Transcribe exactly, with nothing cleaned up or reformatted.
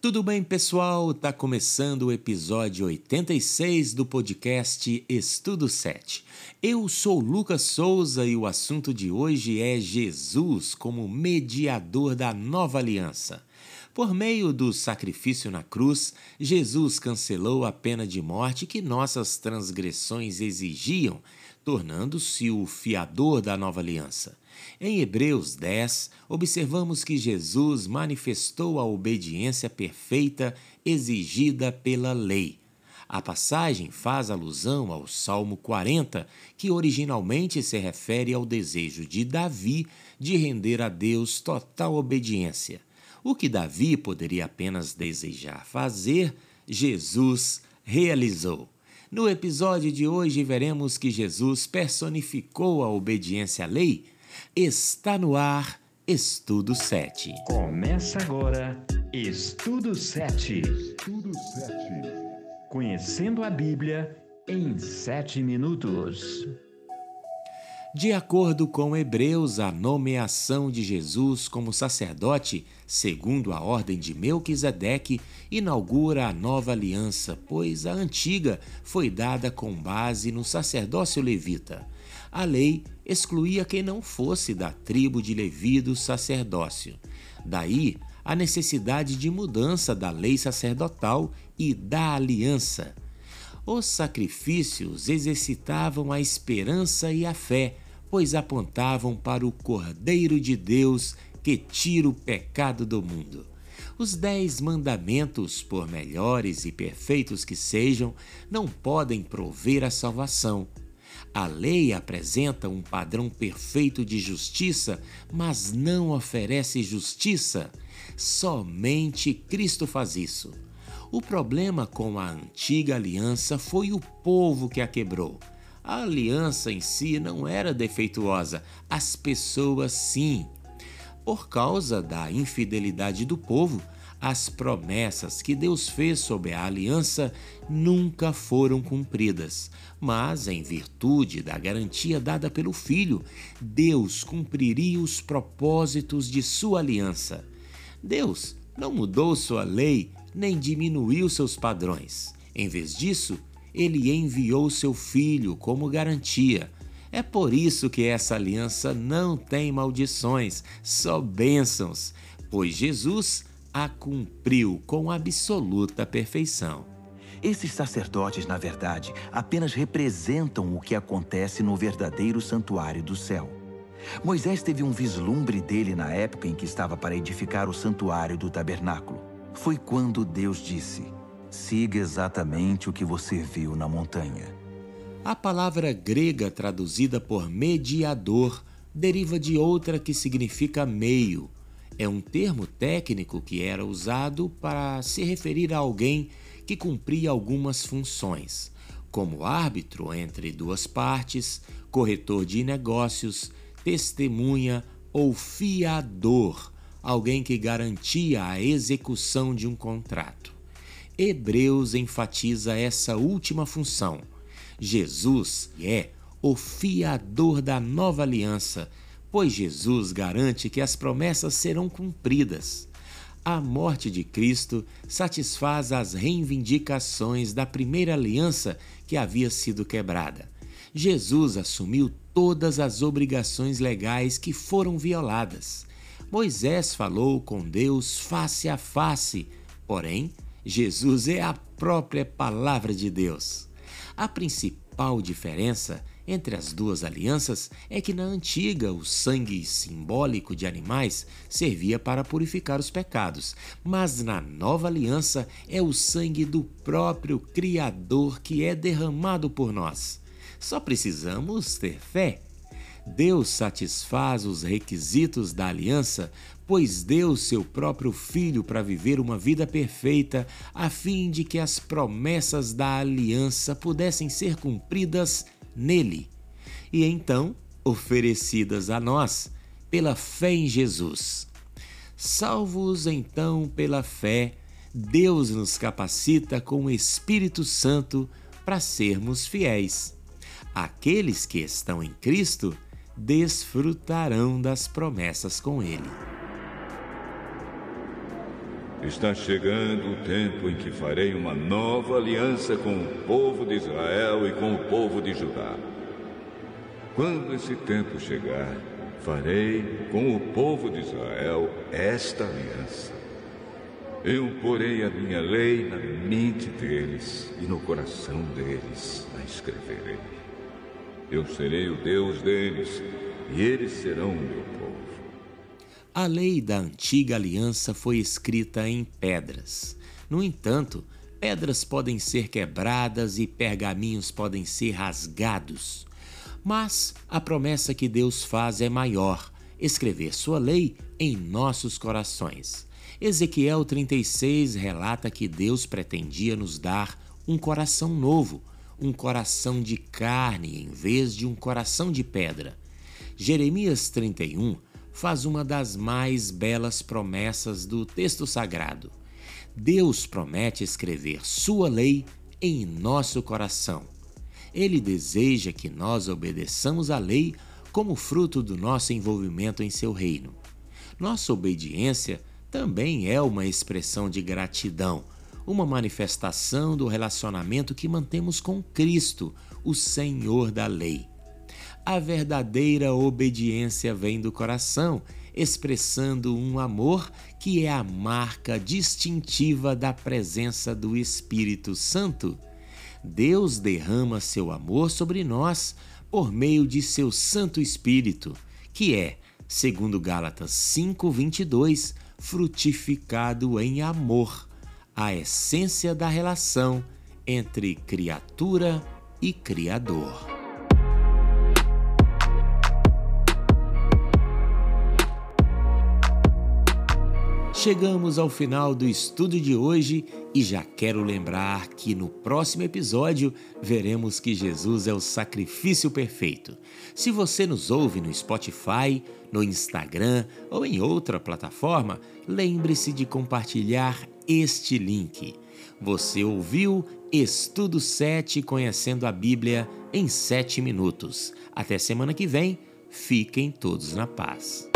Tudo bem, pessoal? Tá começando o episódio oitenta e seis do podcast Estudo sete. Eu sou Lucas Souza e o assunto de hoje é Jesus como mediador da nova aliança. Por meio do sacrifício na cruz, Jesus cancelou a pena de morte que nossas transgressões exigiam, tornando-se o fiador da nova aliança. Em Hebreus dez, observamos que Jesus manifestou a obediência perfeita exigida pela lei. A passagem faz alusão ao Salmo quarenta, que originalmente se refere ao desejo de Davi de render a Deus total obediência. O que Davi poderia apenas desejar fazer, Jesus realizou. No episódio de hoje, veremos que Jesus personificou a obediência à lei. Está no ar, Estudo sete. Começa agora, Estudo sete. Estudo sete. Conhecendo a Bíblia em sete minutos. De acordo com Hebreus, a nomeação de Jesus como sacerdote, segundo a ordem de Melquisedeque, inaugura a nova aliança, pois a antiga foi dada com base no sacerdócio levita. A lei excluía quem não fosse da tribo de Levi do sacerdócio. Daí, a necessidade de mudança da lei sacerdotal e da aliança. Os sacrifícios exercitavam a esperança e a fé, pois apontavam para o Cordeiro de Deus que tira o pecado do mundo. Os dez mandamentos, por melhores e perfeitos que sejam, não podem prover a salvação. A lei apresenta um padrão perfeito de justiça, mas não oferece justiça. Somente Cristo faz isso. O problema com a antiga aliança foi o povo que a quebrou. A aliança em si não era defeituosa, as pessoas sim. Por causa da infidelidade do povo, as promessas que Deus fez sobre a aliança nunca foram cumpridas. Mas, em virtude da garantia dada pelo Filho, Deus cumpriria os propósitos de sua aliança. Deus não mudou sua lei nem diminuiu seus padrões. Em vez disso, ele enviou seu Filho como garantia. É por isso que essa aliança não tem maldições, só bênçãos, pois Jesus a cumpriu com absoluta perfeição. Esses sacerdotes, na verdade, apenas representam o que acontece no verdadeiro santuário do céu. Moisés teve um vislumbre dele na época em que estava para edificar o santuário do tabernáculo. Foi quando Deus disse: siga exatamente o que você viu na montanha. A palavra grega traduzida por mediador deriva de outra que significa meio. É um termo técnico que era usado para se referir a alguém que cumpria algumas funções, como árbitro entre duas partes, corretor de negócios, testemunha ou fiador, alguém que garantia a execução de um contrato. Hebreus enfatiza essa última função. Jesus é o fiador da nova aliança, pois Jesus garante que as promessas serão cumpridas. A morte de Cristo satisfaz as reivindicações da primeira aliança que havia sido quebrada. Jesus assumiu todas as obrigações legais que foram violadas. Moisés falou com Deus face a face, porém, Jesus é a própria palavra de Deus. A principal diferença entre as duas alianças é que na antiga o sangue simbólico de animais servia para purificar os pecados, mas na nova aliança é o sangue do próprio Criador que é derramado por nós. Só precisamos ter fé. Deus satisfaz os requisitos da aliança, pois deu seu próprio Filho para viver uma vida perfeita, a fim de que as promessas da aliança pudessem ser cumpridas nele, e então oferecidas a nós pela fé em Jesus. Salvos então pela fé, Deus nos capacita com o Espírito Santo para sermos fiéis. Aqueles que estão em Cristo desfrutarão das promessas com Ele. Está chegando o tempo em que farei uma nova aliança com o povo de Israel e com o povo de Judá. Quando esse tempo chegar, farei com o povo de Israel esta aliança. Eu porei a minha lei na mente deles e no coração deles a escreverei. Eu serei o Deus deles e eles serão o meu povo. A lei da antiga aliança foi escrita em pedras. No entanto, pedras podem ser quebradas e pergaminhos podem ser rasgados. Mas a promessa que Deus faz é maior: escrever sua lei em nossos corações. Ezequiel trinta e seis relata que Deus pretendia nos dar um coração novo, um coração de carne em vez de um coração de pedra. Jeremias trinta e um faz uma das mais belas promessas do texto sagrado. Deus promete escrever sua lei em nosso coração. Ele deseja que nós obedeçamos a lei como fruto do nosso envolvimento em seu reino. Nossa obediência também é uma expressão de gratidão, uma manifestação do relacionamento que mantemos com Cristo, o Senhor da lei. A verdadeira obediência vem do coração, expressando um amor que é a marca distintiva da presença do Espírito Santo. Deus derrama seu amor sobre nós por meio de seu Santo Espírito, que é, segundo Gálatas cinco, vinte e dois, frutificado em amor, a essência da relação entre criatura e Criador. Chegamos ao final do estudo de hoje e já quero lembrar que no próximo episódio veremos que Jesus é o sacrifício perfeito. Se você nos ouve no Spotify, no Instagram ou em outra plataforma, lembre-se de compartilhar este link. Você ouviu Estudo sete, Conhecendo a Bíblia em sete minutos. Até semana que vem, fiquem todos na paz.